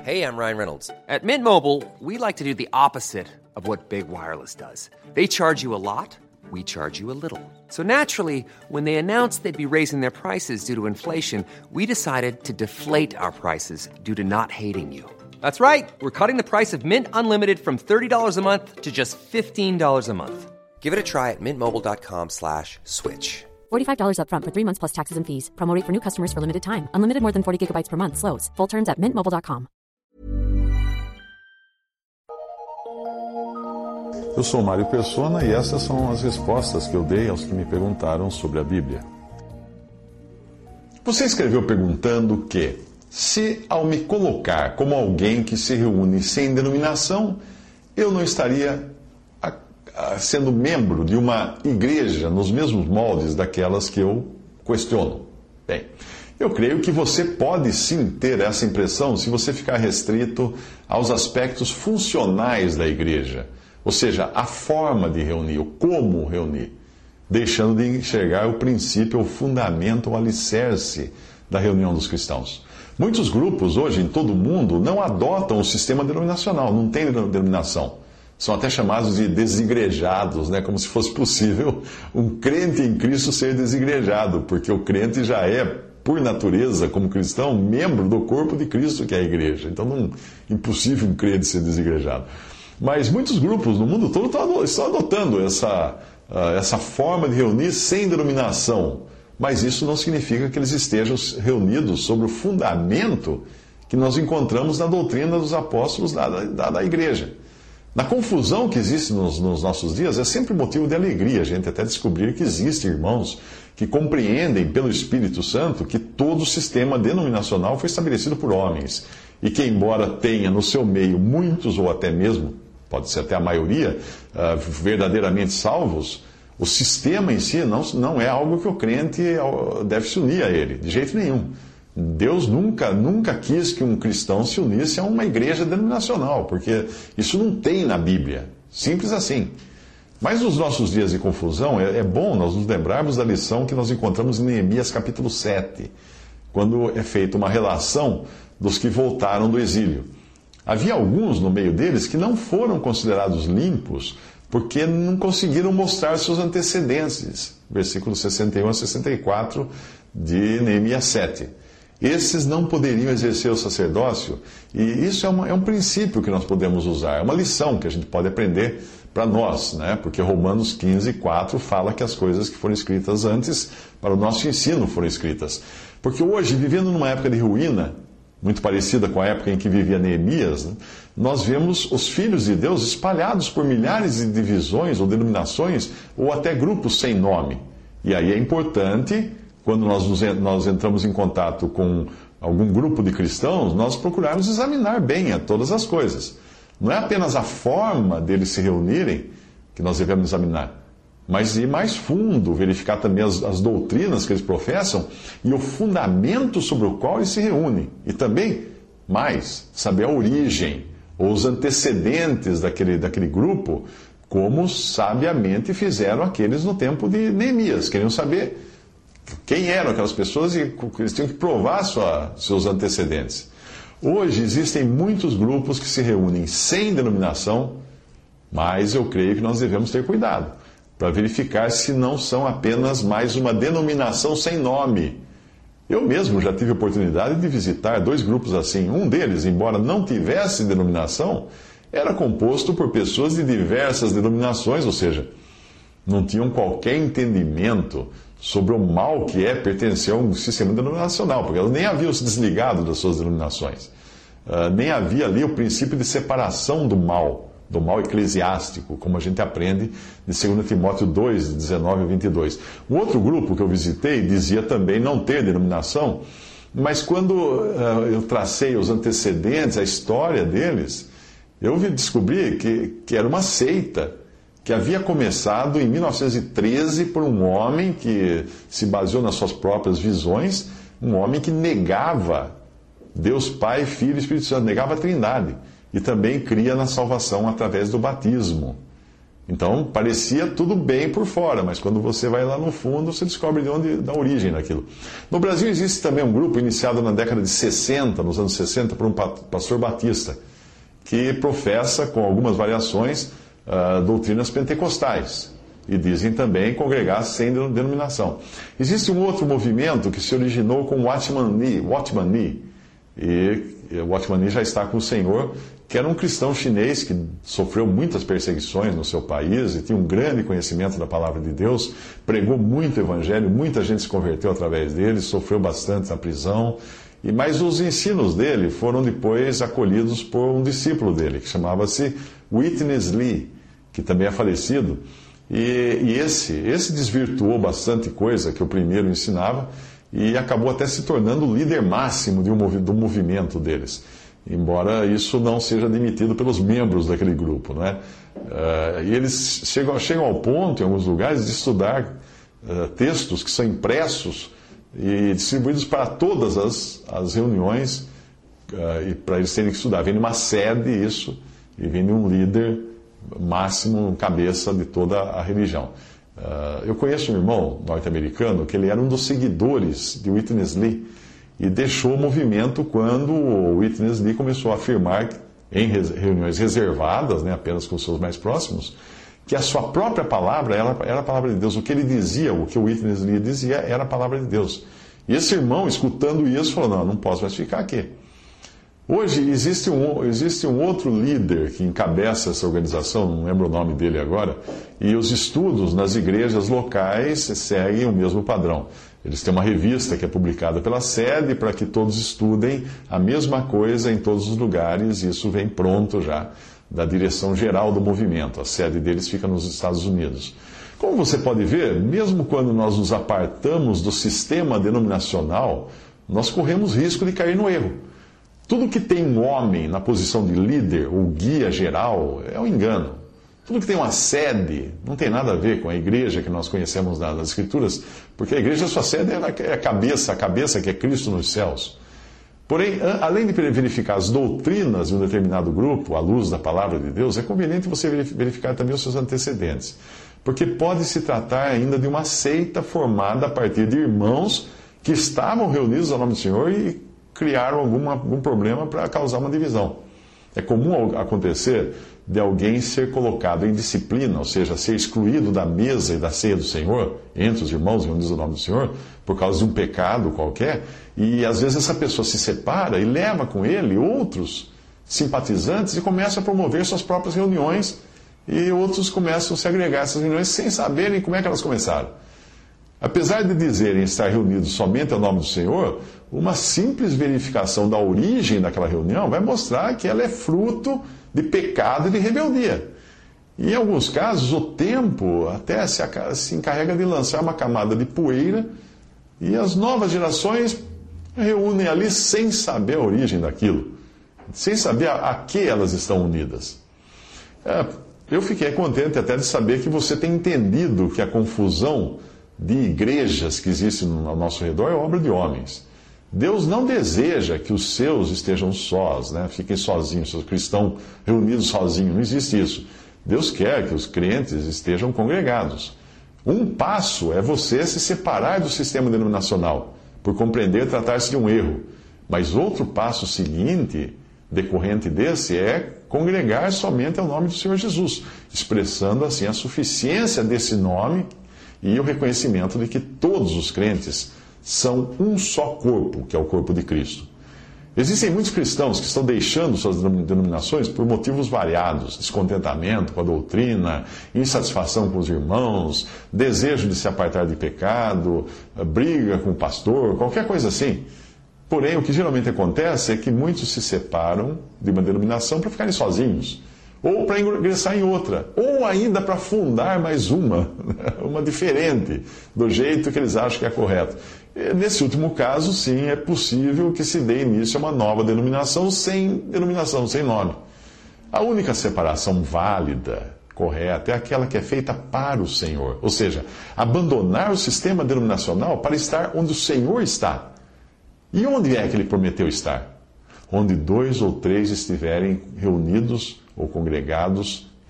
Hey, I'm Ryan Reynolds. At Mint Mobile, we like to do the opposite of what Big Wireless does. They charge you a lot, we charge you a little. So naturally, when they announced they'd be raising their prices due to inflation, we decided to deflate our prices due to not hating you. That's right. We're cutting the price of Mint Unlimited from $30 a month to just $15 a month. Give it a try at mintmobile.com/switch. $45 up front for 3 months plus taxes and fees. Promo rate for new customers for limited time. Unlimited more than 40 gigabytes per month. Slows full terms at mintmobile.com. Eu sou Mário Persona e essas são as respostas que eu dei aos que me perguntaram sobre a Bíblia. Você escreveu perguntando que, se ao me colocar como alguém que se reúne sem denominação, eu não estaria sendo membro de uma igreja nos mesmos moldes daquelas que eu questiono. Bem, eu creio que você pode sim ter essa impressão se você ficar restrito aos aspectos funcionais da igreja, ou seja, a forma de reunir, o como reunir, deixando de enxergar o princípio, o fundamento, o alicerce da reunião dos cristãos. Muitos grupos hoje em todo o mundo não adotam o sistema denominacional, não tem denominação. São até chamados de desigrejados, né? Como se fosse possível um crente em Cristo ser desigrejado, porque o crente já é, por natureza, como cristão, membro do corpo de Cristo, que é a igreja. Então, impossível um crente ser desigrejado. Mas muitos grupos no mundo todo estão adotando essa forma de reunir sem denominação. Mas isso não significa que eles estejam reunidos sobre o fundamento que nós encontramos na doutrina dos apóstolos da igreja. Na confusão que existe nos nossos dias, é sempre motivo de alegria a gente até descobrir que existem irmãos que compreendem pelo Espírito Santo que todo o sistema denominacional foi estabelecido por homens e que, embora tenha no seu meio muitos ou até mesmo, pode ser até a maioria, verdadeiramente salvos, o sistema em si não é algo que o crente deve se unir a ele, de jeito nenhum. Deus nunca quis que um cristão se unisse a uma igreja denominacional, porque isso não tem na Bíblia. Simples assim. Mas nos nossos dias de confusão, é bom nós nos lembrarmos da lição que nós encontramos em Neemias capítulo 7, quando é feita uma relação dos que voltaram do exílio. Havia alguns no meio deles que não foram considerados limpos porque não conseguiram mostrar seus antecedentes. Versículos 61 a 64 de Neemias 7. Esses não poderiam exercer o sacerdócio, e isso é um princípio que nós podemos usar, é uma lição que a gente pode aprender para nós, né? Porque Romanos 15, 4 fala que as coisas que foram escritas antes para o nosso ensino foram escritas. Porque hoje, vivendo numa época de ruína, muito parecida com a época em que vivia Neemias, né, nós vemos os filhos de Deus espalhados por milhares de divisões ou denominações, ou até grupos sem nome. E aí é importante, quando nós entramos em contato com algum grupo de cristãos, nós procurarmos examinar bem todas as coisas. Não é apenas a forma deles se reunirem que nós devemos examinar, mas ir mais fundo, verificar também as doutrinas que eles professam e o fundamento sobre o qual eles se reúnem. E também, mais, saber a origem ou os antecedentes daquele grupo, como sabiamente fizeram aqueles no tempo de Neemias. Queriam saber quem eram aquelas pessoas e eles tinham que provar seus antecedentes. Hoje existem muitos grupos que se reúnem sem denominação, mas eu creio que nós devemos ter cuidado para verificar se não são apenas mais uma denominação sem nome. Eu mesmo já tive a oportunidade de visitar 2 grupos assim. Um deles, embora não tivesse denominação, era composto por pessoas de diversas denominações, ou seja, não tinham qualquer entendimento sobre o mal que é pertencer a um sistema denominacional, porque elas nem haviam se desligado das suas denominações. Nem havia ali o princípio de separação do mal eclesiástico, como a gente aprende de 2 Timóteo 2, 19 a 22. O outro grupo que eu visitei dizia também não ter denominação, mas quando eu tracei os antecedentes, a história deles, eu descobri que era uma seita que havia começado em 1913 por um homem que se baseou nas suas próprias visões, um homem que negava Deus Pai, Filho e Espírito Santo, negava a Trindade, e também cria na salvação através do batismo. Então, parecia tudo bem por fora, mas quando você vai lá no fundo, você descobre da origem daquilo. No Brasil existe também um grupo iniciado na década de 60, nos anos 60, por um pastor batista, que professa, com algumas variações, doutrinas pentecostais. E dizem também congregar sem denominação. Existe um outro movimento que se originou com Watchman Nee. E Watchman Nee já está com o Senhor, que era um cristão chinês que sofreu muitas perseguições no seu país e tinha um grande conhecimento da palavra de Deus, pregou muito evangelho, muita gente se converteu através dele, sofreu bastante na prisão. Mas os ensinos dele foram depois acolhidos por um discípulo dele, que chamava-se Witness Lee, que também é falecido. E esse desvirtuou bastante coisa que o primeiro ensinava e acabou até se tornando o líder máximo do movimento deles. Embora isso não seja admitido pelos membros daquele grupo, não é? E eles chegam ao ponto, em alguns lugares, de estudar textos que são impressos e distribuídos para todas as reuniões, e para eles terem que estudar. Vem de uma sede isso, e vem de um líder máximo, cabeça de toda a religião. Eu conheço um irmão norte-americano que ele era um dos seguidores de Witness Lee e deixou o movimento quando o Witness Lee começou a afirmar, em reuniões reservadas, né, apenas com os seus mais próximos, que a sua própria palavra era a palavra de Deus. O que ele dizia, o que o Witness Lee dizia, era a palavra de Deus. E esse irmão, escutando isso, falou, não posso mais ficar aqui. Hoje existe um outro líder que encabeça essa organização, não lembro o nome dele agora, e os estudos nas igrejas locais seguem o mesmo padrão. Eles têm uma revista que é publicada pela sede para que todos estudem a mesma coisa em todos os lugares, e isso vem pronto já da direção geral do movimento. A sede deles fica nos Estados Unidos. Como você pode ver, mesmo quando nós nos apartamos do sistema denominacional, nós corremos risco de cair no erro. Tudo que tem um homem na posição de líder ou guia geral é um engano. Tudo que tem uma sede não tem nada a ver com a igreja que nós conhecemos nas Escrituras, porque a igreja, sua sede é a cabeça que é Cristo nos céus. Porém, além de verificar as doutrinas de um determinado grupo, à luz da palavra de Deus, é conveniente você verificar também os seus antecedentes. Porque pode se tratar ainda de uma seita formada a partir de irmãos que estavam reunidos ao nome do Senhor e criaram algum problema para causar uma divisão. É comum acontecer de alguém ser colocado em disciplina, ou seja, ser excluído da mesa e da ceia do Senhor, entre os irmãos reunidos ao nome do Senhor, por causa de um pecado qualquer, e às vezes essa pessoa se separa e leva com ele outros simpatizantes e começa a promover suas próprias reuniões, e outros começam a se agregar a essas reuniões sem saberem como é que elas começaram. Apesar de dizerem estar reunidos somente ao nome do Senhor, uma simples verificação da origem daquela reunião vai mostrar que ela é fruto de pecado e de rebeldia. E em alguns casos, o tempo até se encarrega de lançar uma camada de poeira e as novas gerações reúnem ali sem saber a origem daquilo, sem saber a que elas estão unidas. Eu fiquei contente até de saber que você tem entendido que a confusão de igrejas que existe ao nosso redor é obra de homens. Deus não deseja que os seus estejam sós, né? Fiquem sozinhos, os cristãos reunidos sozinhos. Não existe isso. Deus quer que os crentes estejam congregados. Um passo é você se separar do sistema denominacional, por compreender tratar-se de um erro. Mas outro passo seguinte, decorrente desse, é congregar somente ao nome do Senhor Jesus, expressando assim a suficiência desse nome e o reconhecimento de que todos os crentes são um só corpo, que é o corpo de Cristo. Existem muitos cristãos que estão deixando suas denominações por motivos variados: descontentamento com a doutrina, insatisfação com os irmãos, desejo de se apartar de pecado, briga com o pastor, qualquer coisa assim. Porém, o que geralmente acontece é que muitos se separam de uma denominação para ficarem sozinhos, ou para ingressar em outra, ou ainda para fundar mais uma diferente, do jeito que eles acham que é correto. E nesse último caso, sim, é possível que se dê início a uma nova denominação sem nome. A única separação válida, correta, é aquela que é feita para o Senhor, ou seja, abandonar o sistema denominacional para estar onde o Senhor está. E onde é que ele prometeu estar? Onde 2 ou 3 estiverem reunidos ou congregados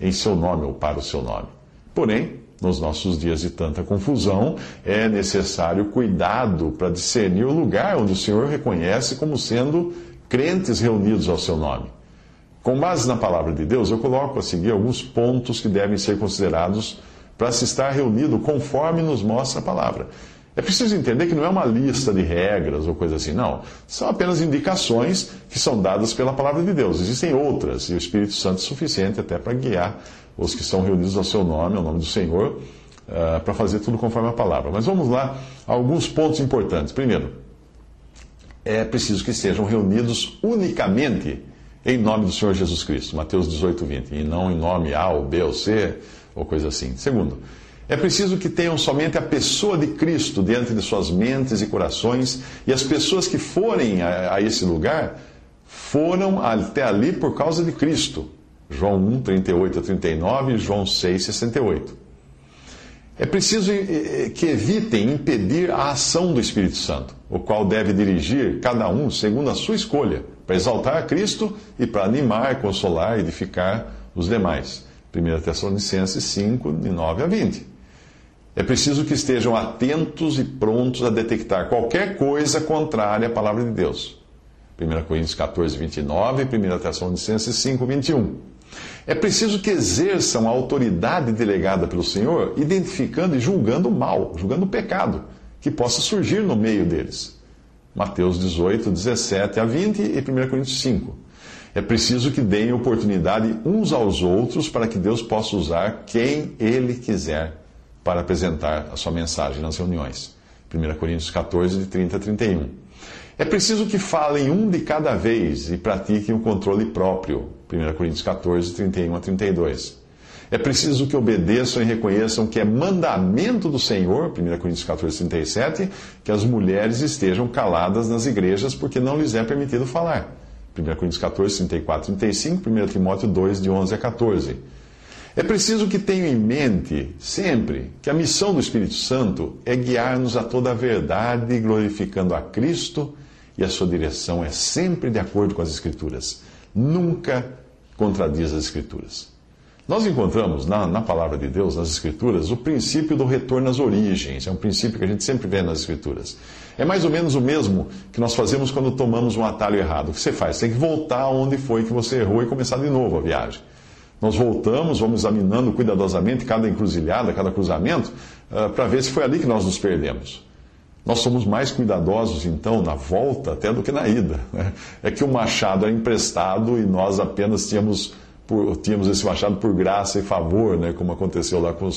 em seu nome ou para o seu nome. Porém, nos nossos dias de tanta confusão, é necessário cuidado para discernir o lugar onde o Senhor reconhece como sendo crentes reunidos ao seu nome. Com base na palavra de Deus, eu coloco a seguir alguns pontos que devem ser considerados para se estar reunido conforme nos mostra a palavra. É preciso entender que não é uma lista de regras ou coisa assim, não. São apenas indicações que são dadas pela palavra de Deus. Existem outras, e o Espírito Santo é suficiente até para guiar os que estão reunidos ao seu nome, ao nome do Senhor, para fazer tudo conforme a palavra. Mas vamos lá, alguns pontos importantes. Primeiro, é preciso que estejam reunidos unicamente em nome do Senhor Jesus Cristo, Mateus 18, 20, e não em nome A ou B ou C, ou coisa assim. Segundo, é preciso que tenham somente a pessoa de Cristo diante de suas mentes e corações, e as pessoas que forem a esse lugar foram até ali por causa de Cristo. João 1, 38 a 39 e João 6, 68. É preciso que evitem impedir a ação do Espírito Santo, o qual deve dirigir cada um segundo a sua escolha, para exaltar a Cristo e para animar, consolar e edificar os demais. 1 Tessalonicenses 5, de 9 a 20. É preciso que estejam atentos e prontos a detectar qualquer coisa contrária à palavra de Deus. 1 Coríntios 14, 29 e 1 Tessalonicenses 5, 21. É preciso que exerçam a autoridade delegada pelo Senhor, identificando e julgando o mal, julgando o pecado que possa surgir no meio deles. Mateus 18, 17 a 20 e 1 Coríntios 5. É preciso que deem oportunidade uns aos outros para que Deus possa usar quem Ele quiser para apresentar a sua mensagem nas reuniões. 1 Coríntios 14, de 30 a 31. É preciso que falem um de cada vez e pratiquem o controle próprio. 1 Coríntios 14, 31 a 32. É preciso que obedeçam e reconheçam que é mandamento do Senhor, 1 Coríntios 14, 37, que as mulheres estejam caladas nas igrejas porque não lhes é permitido falar. 1 Coríntios 14, 34 e 35, 1 Timóteo 2, de 11 a 14. É preciso que tenham em mente, sempre, que a missão do Espírito Santo é guiar-nos a toda a verdade, glorificando a Cristo, e a sua direção é sempre de acordo com as Escrituras. Nunca contradiz as Escrituras. Nós encontramos na palavra de Deus, nas Escrituras, o princípio do retorno às origens. É um princípio que a gente sempre vê nas Escrituras. É mais ou menos o mesmo que nós fazemos quando tomamos um atalho errado. O que você faz? Você tem que voltar onde foi que você errou e começar de novo a viagem. Nós voltamos, vamos examinando cuidadosamente cada encruzilhada, cada cruzamento, para ver se foi ali que nós nos perdemos. Nós somos mais cuidadosos, então, na volta até do que na ida. É que o machado era emprestado e nós apenas tínhamos esse machado por graça e favor, né, como aconteceu lá com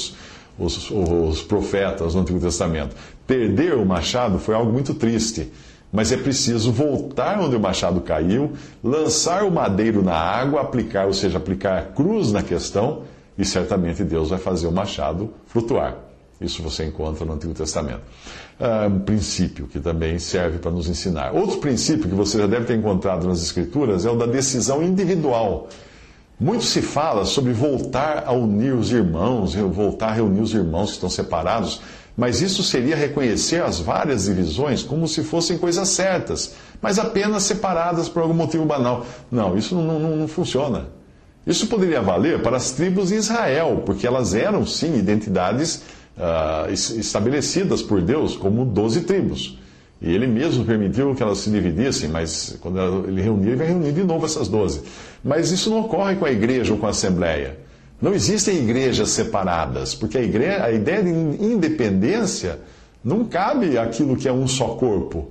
os profetas no Antigo Testamento. Perder o machado foi algo muito triste, mas é preciso voltar onde o machado caiu, lançar o madeiro na água, aplicar a cruz na questão, e certamente Deus vai fazer o machado flutuar. Isso você encontra no Antigo Testamento. Um princípio que também serve para nos ensinar. Outro princípio que você já deve ter encontrado nas Escrituras é o da decisão individual. Muito se fala sobre voltar a unir os irmãos, voltar a reunir os irmãos que estão separados, mas isso seria reconhecer as várias divisões como se fossem coisas certas, mas apenas separadas por algum motivo banal. Não, isso não funciona. Isso poderia valer para as tribos de Israel, porque elas eram, sim, identidades estabelecidas por Deus como 12 tribos. E ele mesmo permitiu que elas se dividissem, mas quando ele reunir, ele vai reunir de novo essas 12. Mas isso não ocorre com a igreja ou com a assembleia. Não existem igrejas separadas, porque a ideia de independência não cabe àquilo que é um só corpo.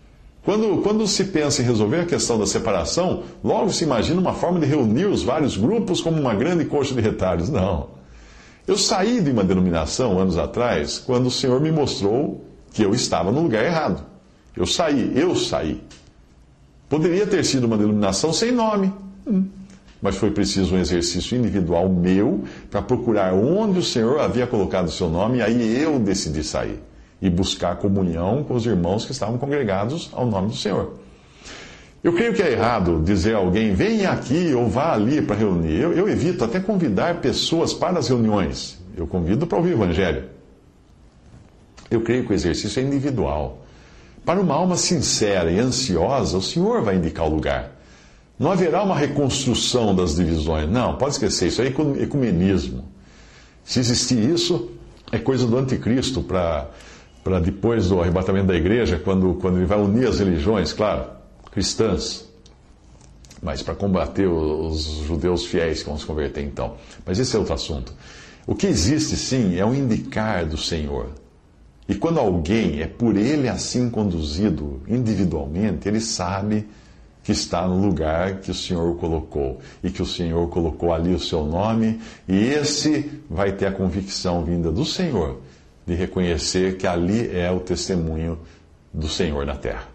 Quando se pensa em resolver a questão da separação, logo se imagina uma forma de reunir os vários grupos como uma grande coxa de retalhos. Não. Eu saí de uma denominação anos atrás, quando o Senhor me mostrou que eu estava no lugar errado. Eu saí. Poderia ter sido uma denominação sem nome, mas foi preciso um exercício individual meu para procurar onde o Senhor havia colocado o seu nome, e aí eu decidi sair e buscar comunhão com os irmãos que estavam congregados ao nome do Senhor. Eu creio que é errado dizer a alguém, venha aqui ou vá ali para reunir. Eu evito até convidar pessoas para as reuniões. Eu convido para ouvir o Evangelho. Eu creio que o exercício é individual. Para uma alma sincera e ansiosa, o Senhor vai indicar o lugar. Não haverá uma reconstrução das divisões. Não, pode esquecer, isso é ecumenismo. Se existir isso, é coisa do anticristo para depois do arrebatamento da igreja, quando ele vai unir as religiões, claro, cristãs, mas para combater os judeus fiéis que vão se converter então. Mas esse é outro assunto. O que existe sim é um indicar do Senhor. E quando alguém é por ele assim conduzido individualmente, ele sabe que está no lugar que o Senhor o colocou, e que o Senhor colocou ali o seu nome, e esse vai ter a convicção vinda do Senhor de reconhecer que ali é o testemunho do Senhor na terra.